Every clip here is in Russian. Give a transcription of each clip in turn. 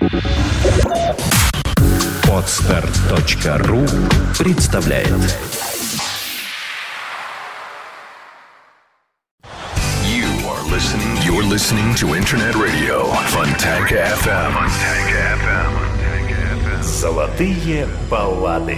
Podster.ru представляет. You're listening to Internet Radio Fontanka FM. Золотые баллады.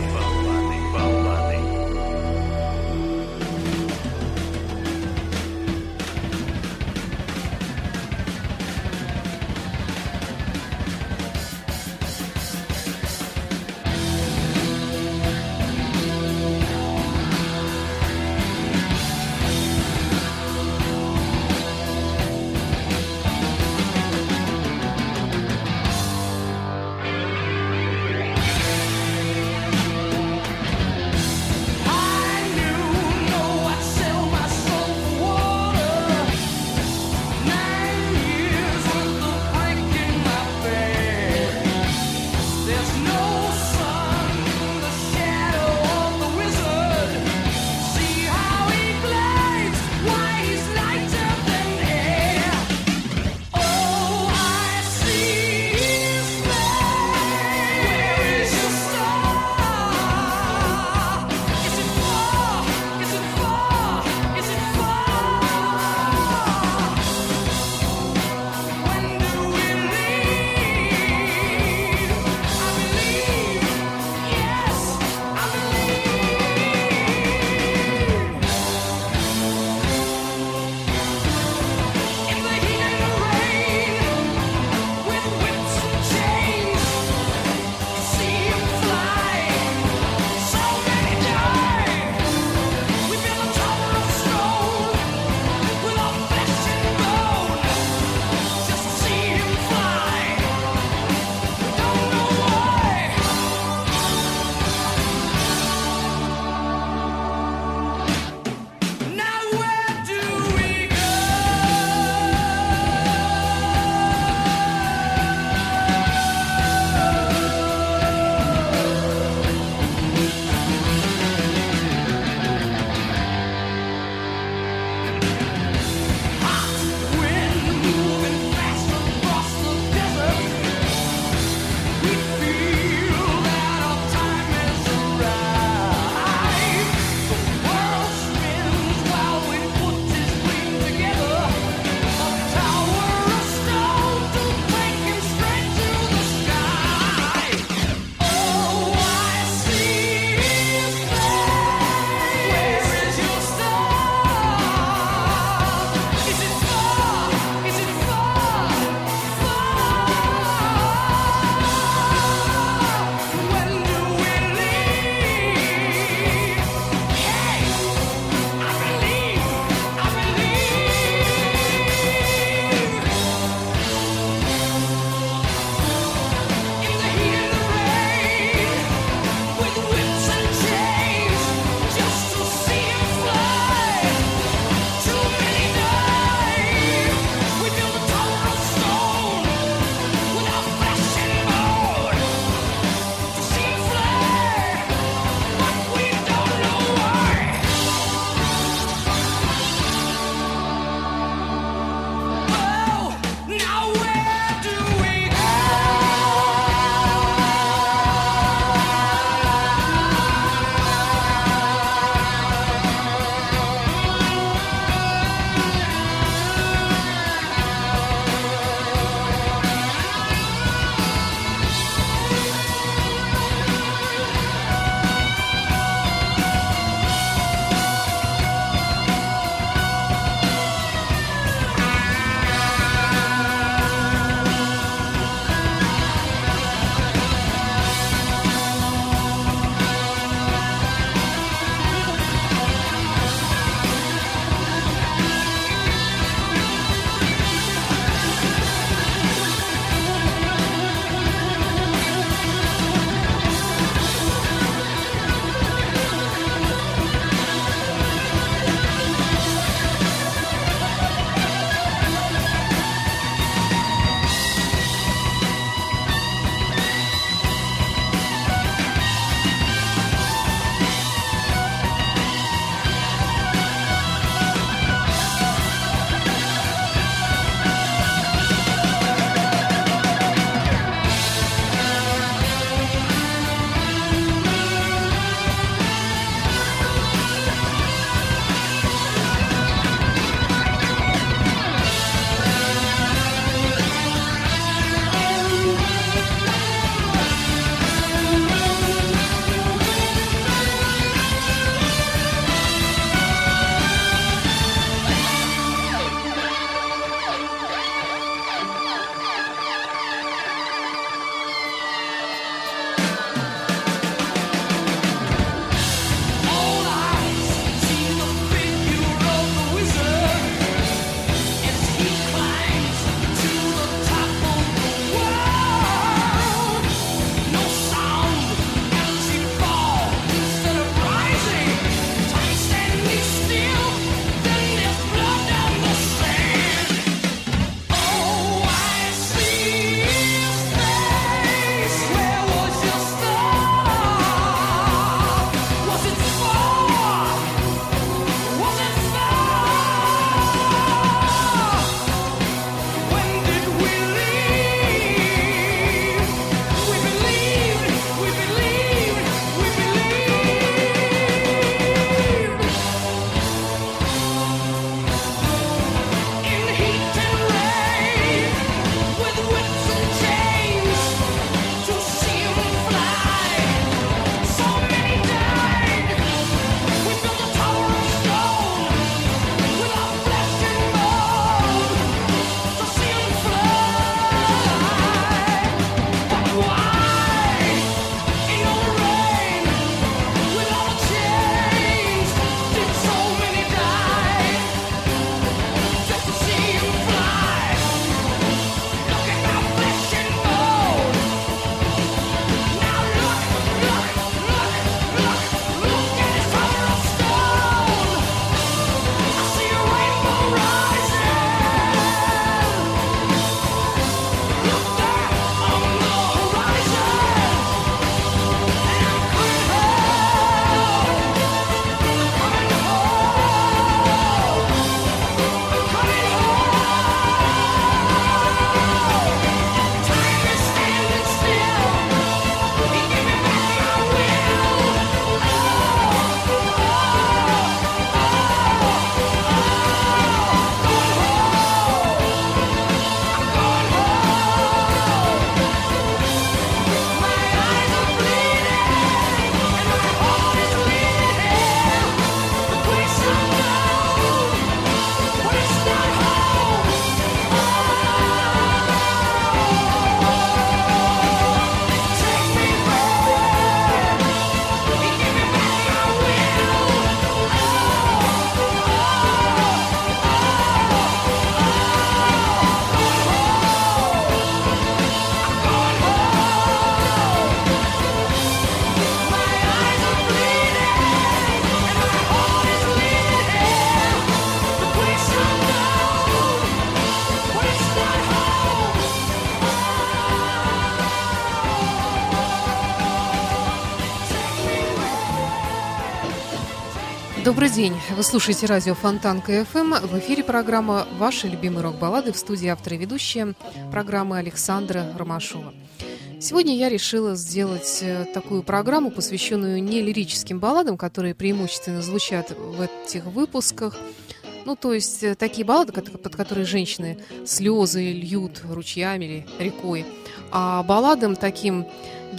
Добрый день. Вы слушаете радио Фонтан КФМ. В эфире программа «Ваши любимые рок-баллады». В студии автор и ведущая программы Александра Ромашова. Сегодня я решила сделать такую программу, посвященную не лирическим балладам, которые преимущественно звучат в этих выпусках. То есть такие баллады, под которые женщины слезы льют ручьями или рекой, а балладам таким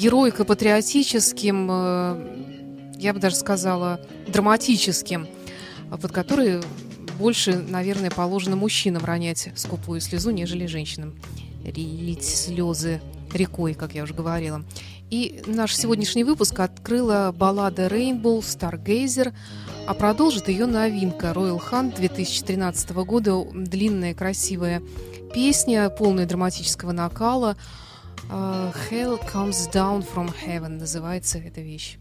героико-патриотическим, я бы даже сказала, драматическим, под которые больше, наверное, положено мужчинам ронять скупую слезу, нежели женщинам лить слезы рекой, как я уже говорила. И наш сегодняшний выпуск открыла баллада Rainbow Stargazer, а продолжит ее новинка Royal Hunt 2013 года. Длинная красивая песня, полная драматического накала. Hell Comes Down from Heaven называется эта вещь.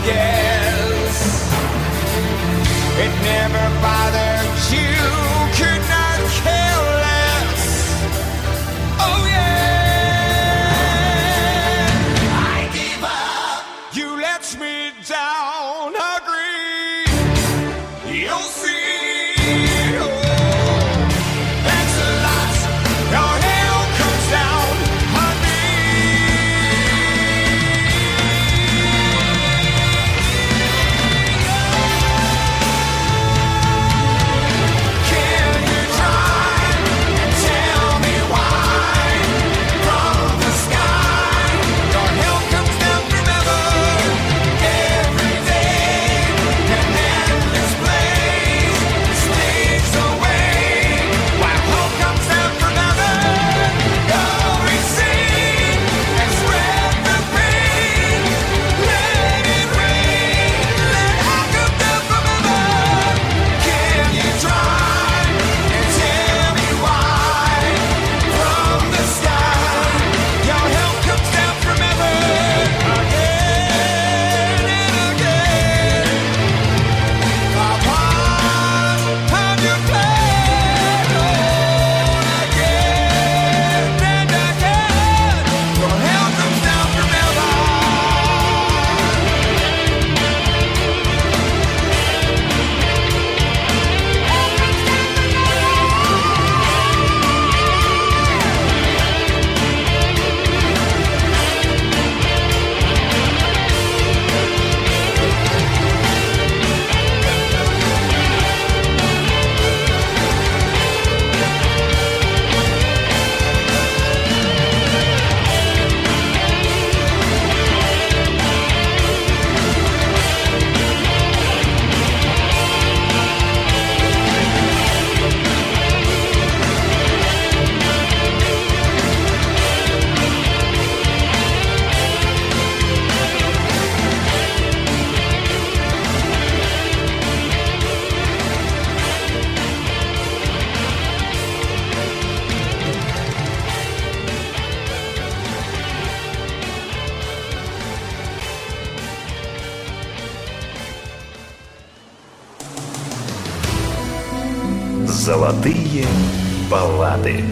guess it never bothered you, could not care less. Oh yeah, I gave up, you let me down, agree, you'll see. Золотые баллады.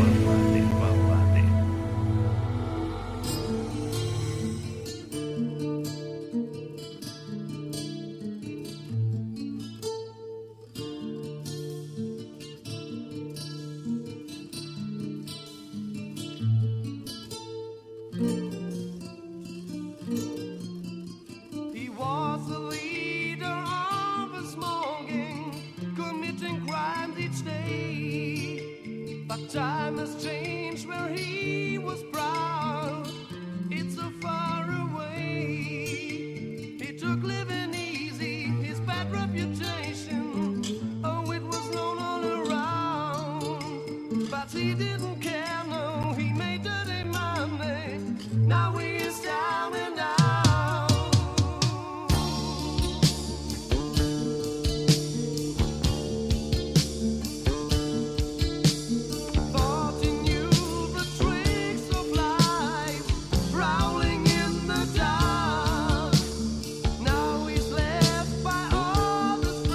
Now he's left by all the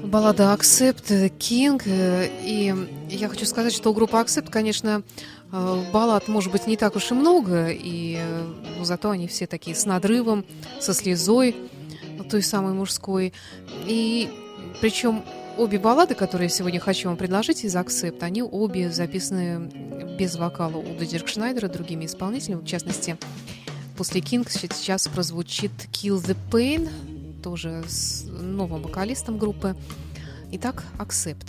Баллада Accept, King. И я хочу сказать, что у группы Accept, конечно, баллад может быть не так уж и много, но зато они все такие с надрывом, со слезой, той самой мужской. И причем обе баллады, которые я сегодня хочу вам предложить из Accept, они обе записаны без вокала Уда Диркшнайдера другими исполнителями. В частности, после King сейчас прозвучит Kill the Pain, тоже с новым вокалистом группы. Итак, Accept.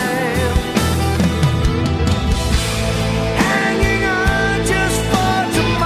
Hanging on just for tomorrow.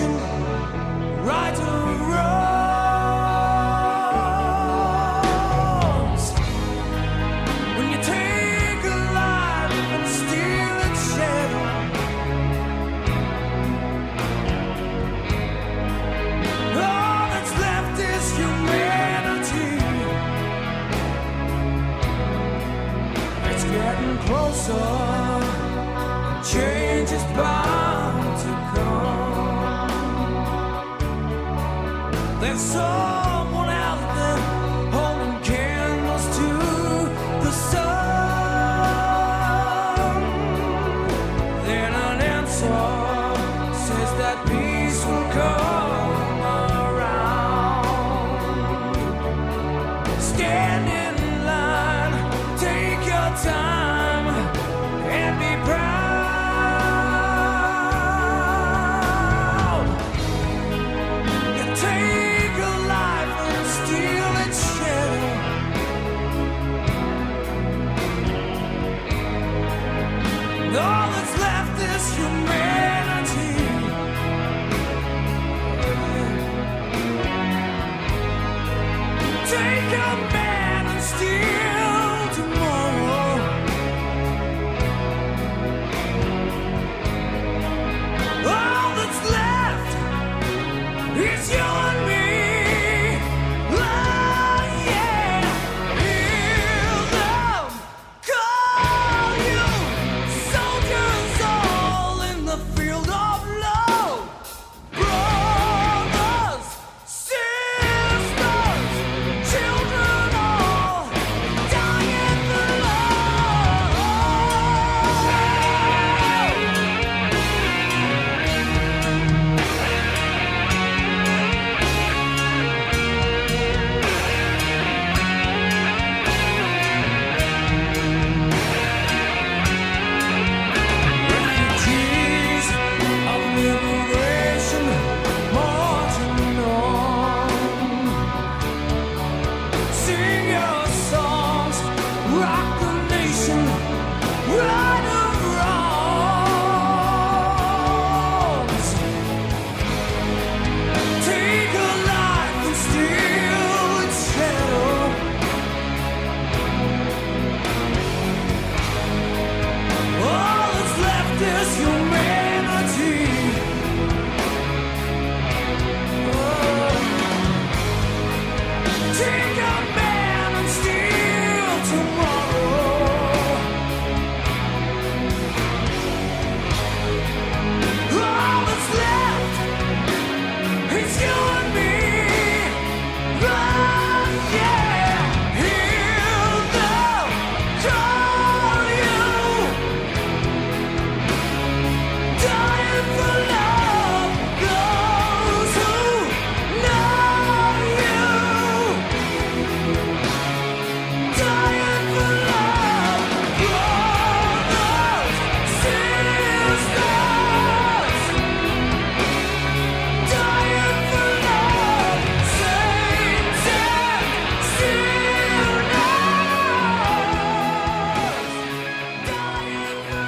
nation, right or wrongs. When you take a life and steal its shadow, all that's left is humanity. It's getting closer. Change is bound to come. There's someone out there holding candles to the sun. Then an answer says that peace will come around. Stand in line, take your time, and be proud. All that's left is humanity. Take a man and steal tomorrow. All that's left is you and me. Oh yeah, hear them call you. Soldiers all in the field of love. Brothers, sisters, children all dying for love. Refugees of liberation marching on. Sing your songs, rock the nation, right or wrongs. Take a life and steal its shadow. All that's left is humanity. Take a man and steal tomorrow. All that's left is you and me. Oh yeah, hear them call you. Dying for love, those who know you. Dying for love, brothers, sisters. Dying for love, saints and sinners. Dying for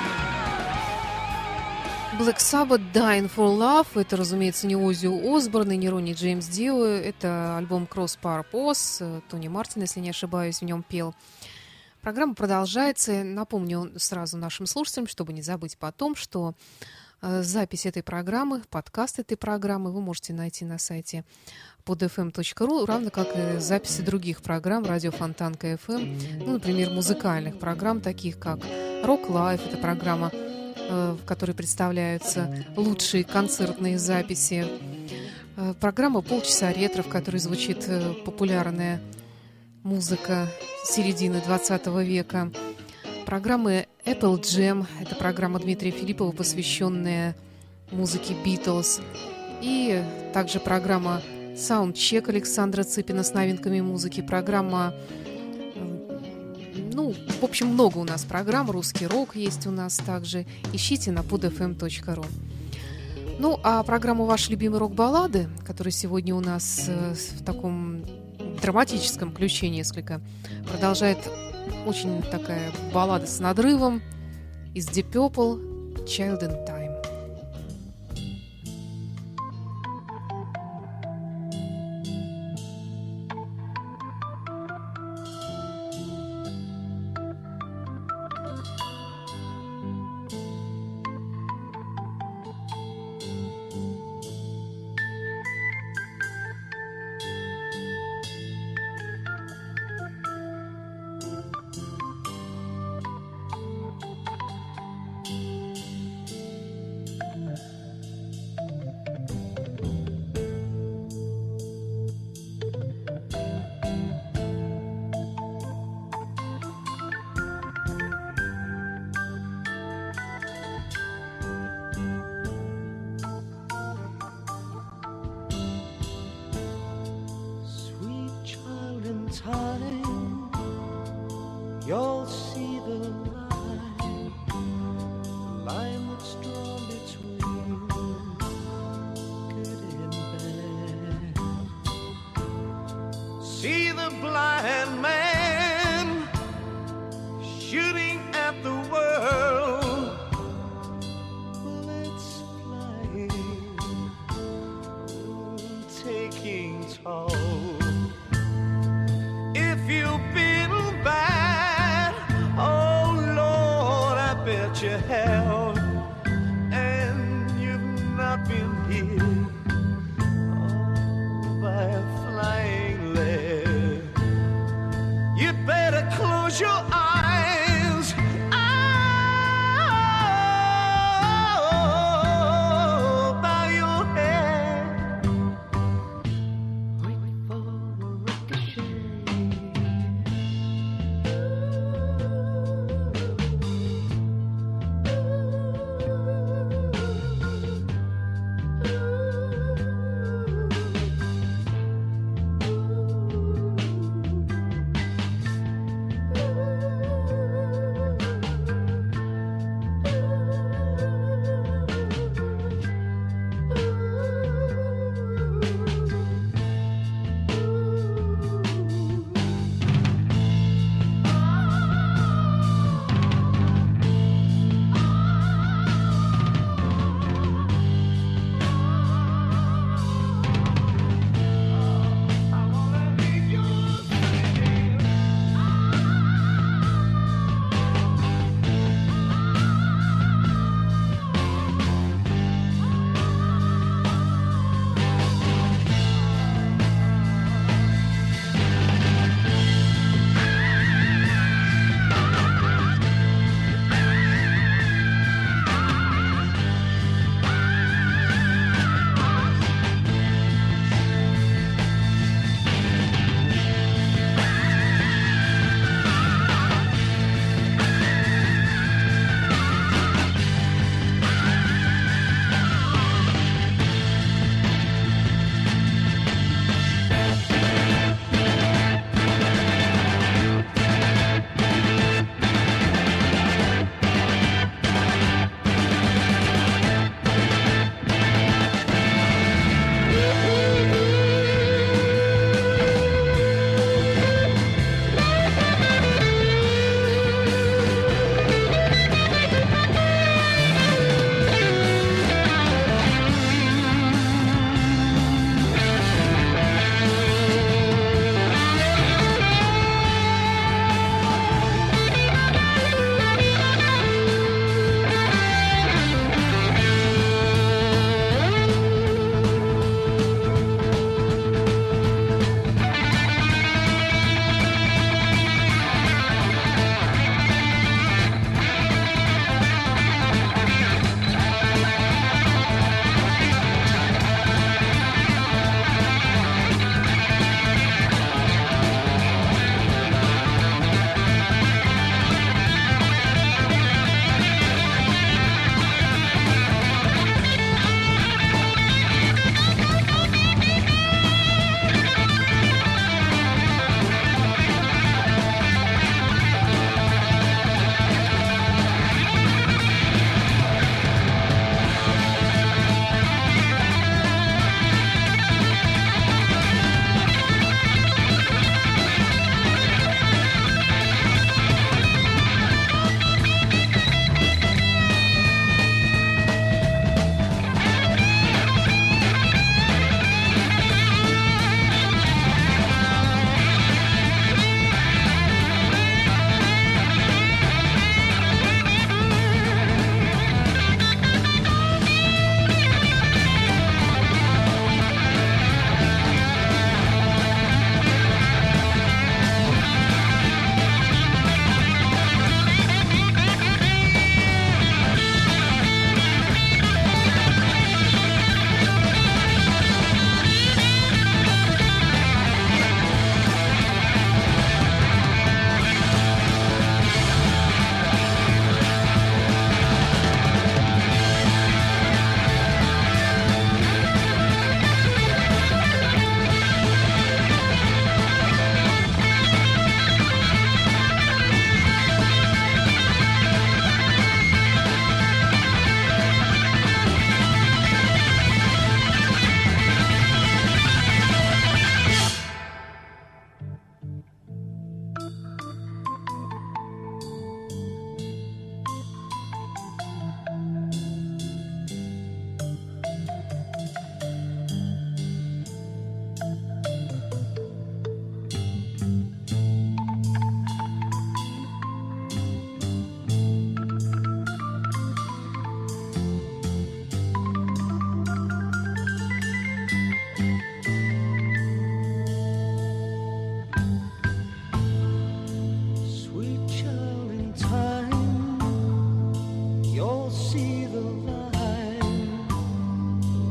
love. Black Sabbath, Dying for Love. Это, разумеется, не Оззи Осборн и не Ронни Джеймс Дио. Это альбом Cross Purpose. Тони Мартин, если не ошибаюсь, в нем пел. Программа продолжается. Напомню сразу нашим слушателям, чтобы не забыть потом, что запись этой программы, подкаст этой программы вы можете найти на сайте podfm.ru, равно как и записи других программ радио Фонтанка FM, ну, например, музыкальных программ, таких как Rock Live, это программа, в которой представляются лучшие концертные записи, программа «Полчаса ретро», в которой звучит популярная музыка середины 20 века, программы Apple Jam, это программа Дмитрия Филиппова, посвященная музыке Beatles, и также программа Soundcheck Александра Цыпина с новинками музыки, программа, ну, в общем, много у нас программ, русский рок есть у нас также, ищите на podfm.ru. Ну, а программу «Ваши любимые рок-баллады», которая сегодня у нас в таком драматическом ключе несколько, продолжает очень такая баллада с надрывом из Deep Purple «Child in Time». told. If you've been bad, oh Lord, I bet you have. And you've not been hit by a flying lead. You'd better close your eyes. Oh, bow your head. Wait for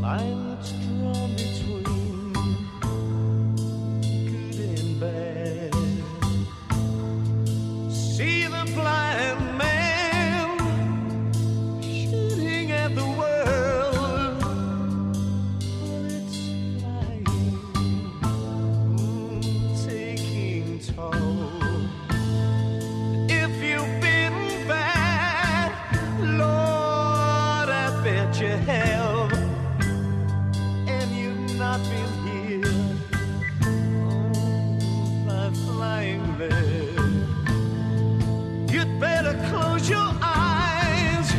line that's drawn between good and bad. See the blind man shooting at the world, but it's flying, taking toll. If you've been bad, Lord, I bet you have, and you've not been healed by flying lead. You'd better close your eyes.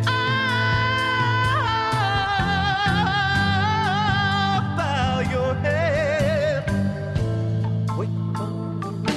Bow your head. Wait for the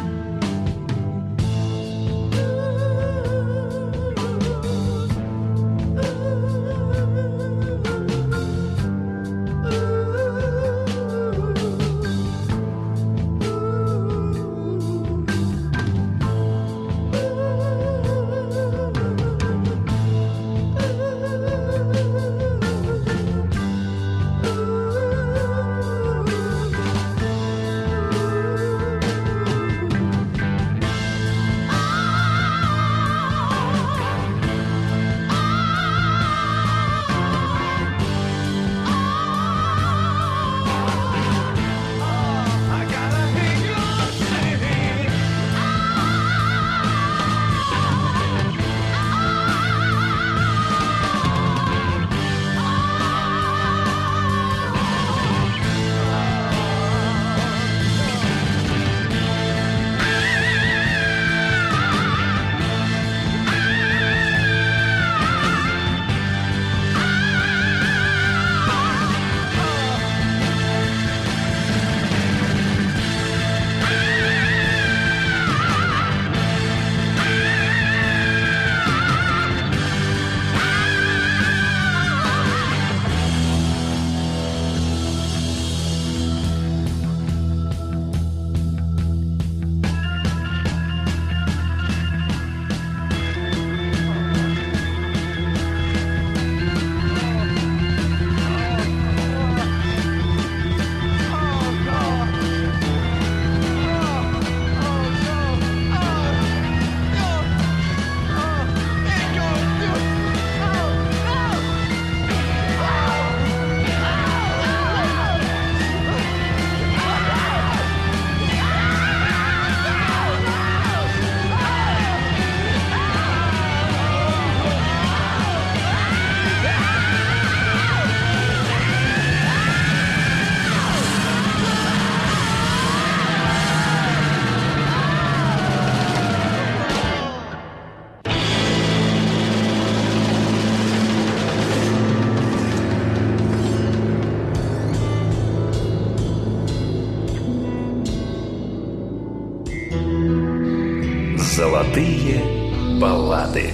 Золотые баллады.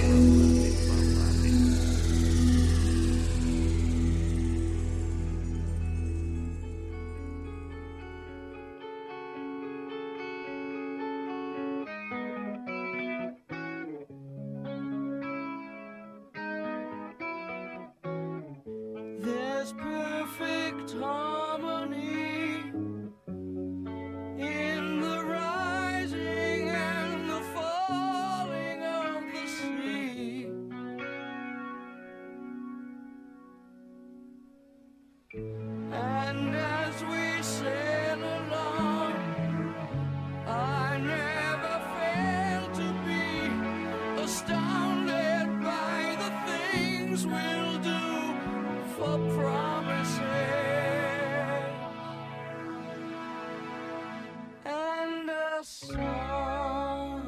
There's perfect harmony in the rising and the falling of the sea. And as we sail along, I never fail to be astounded by the things we'll do for promises and a song.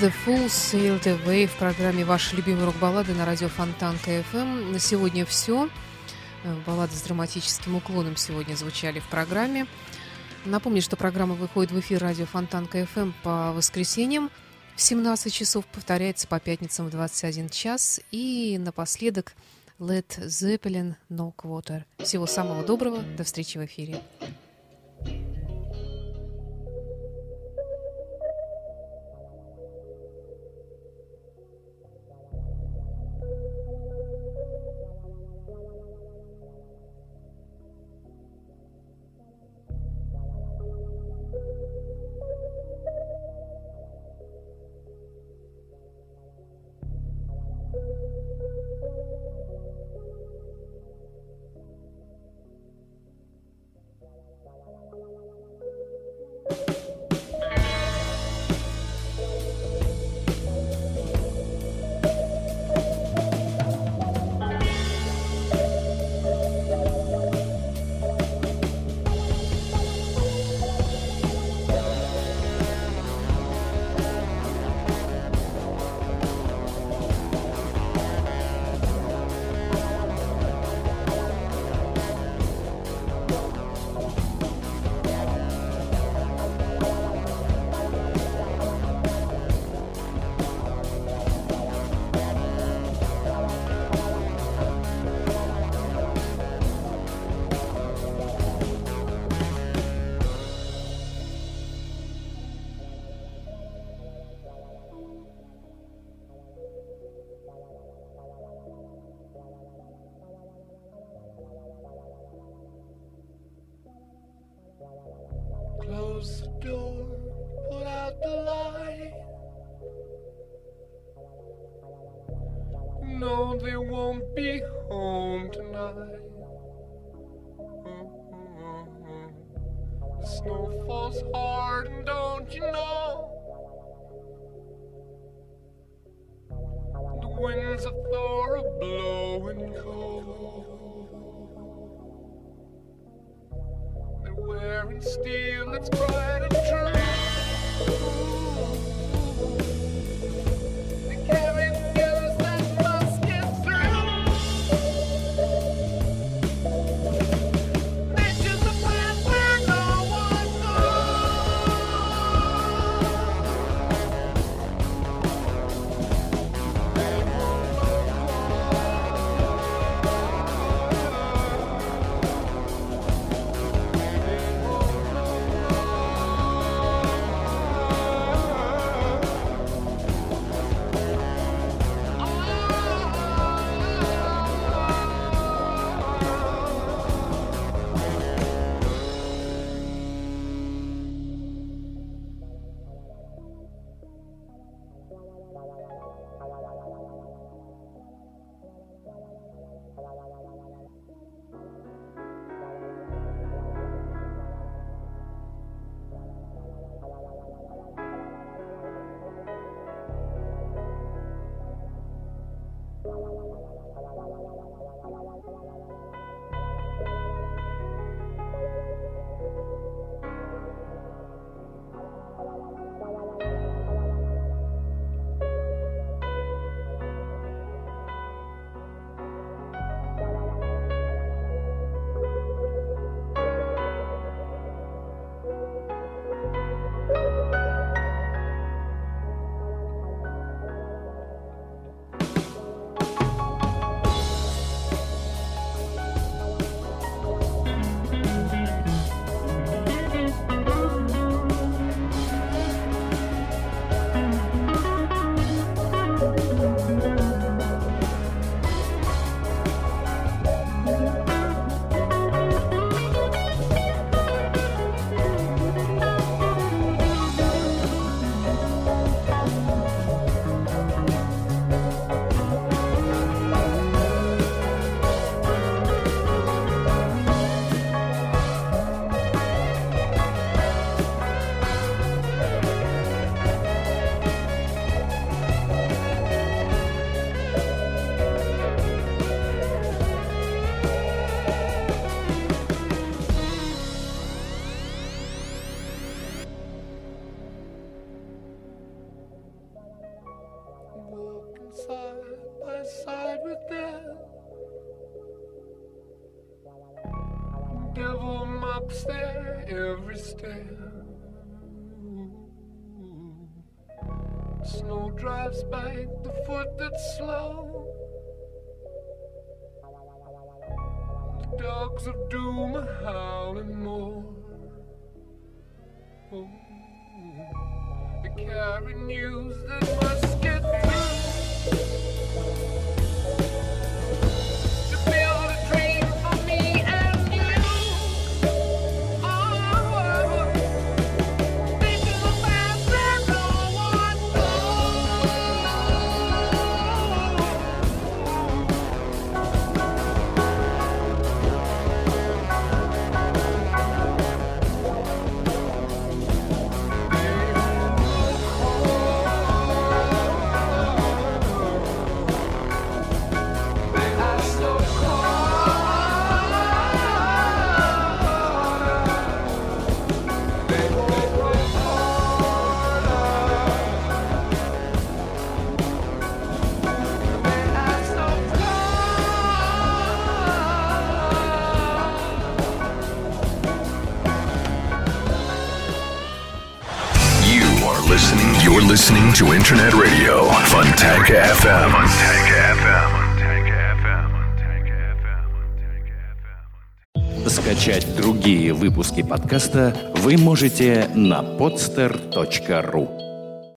The Fools Sailed Away в программе «Ваши любимые рок-баллады» на радио Фонтан КФМ. На сегодня все. Баллады с драматическим уклоном сегодня звучали в программе. Напомню, что программа выходит в эфир радио Фонтан КФМ по воскресеньям в 17 часов, повторяется по пятницам в 21 час. И напоследок Led Zeppelin No Quarter. Всего самого доброго, до встречи в эфире. Close the door, put out the light. No, they won't be home tonight. The snow falls hard, and don't you know? The winds of Thor are blowing cold. Wearing steel that's bright and true. They carry guns that must get through. They choose a path where no one side with death. Devil mocks their every step. Snow drives back the foot that's slow. The dogs of doom are howling more. Oh, they carry news that must get through. To build a dream for me and you. Oh, thinking about that no one You're listening to Internet Radio, Fontanka FM. Скачать другие выпуски подкаста вы можете на podster.ru.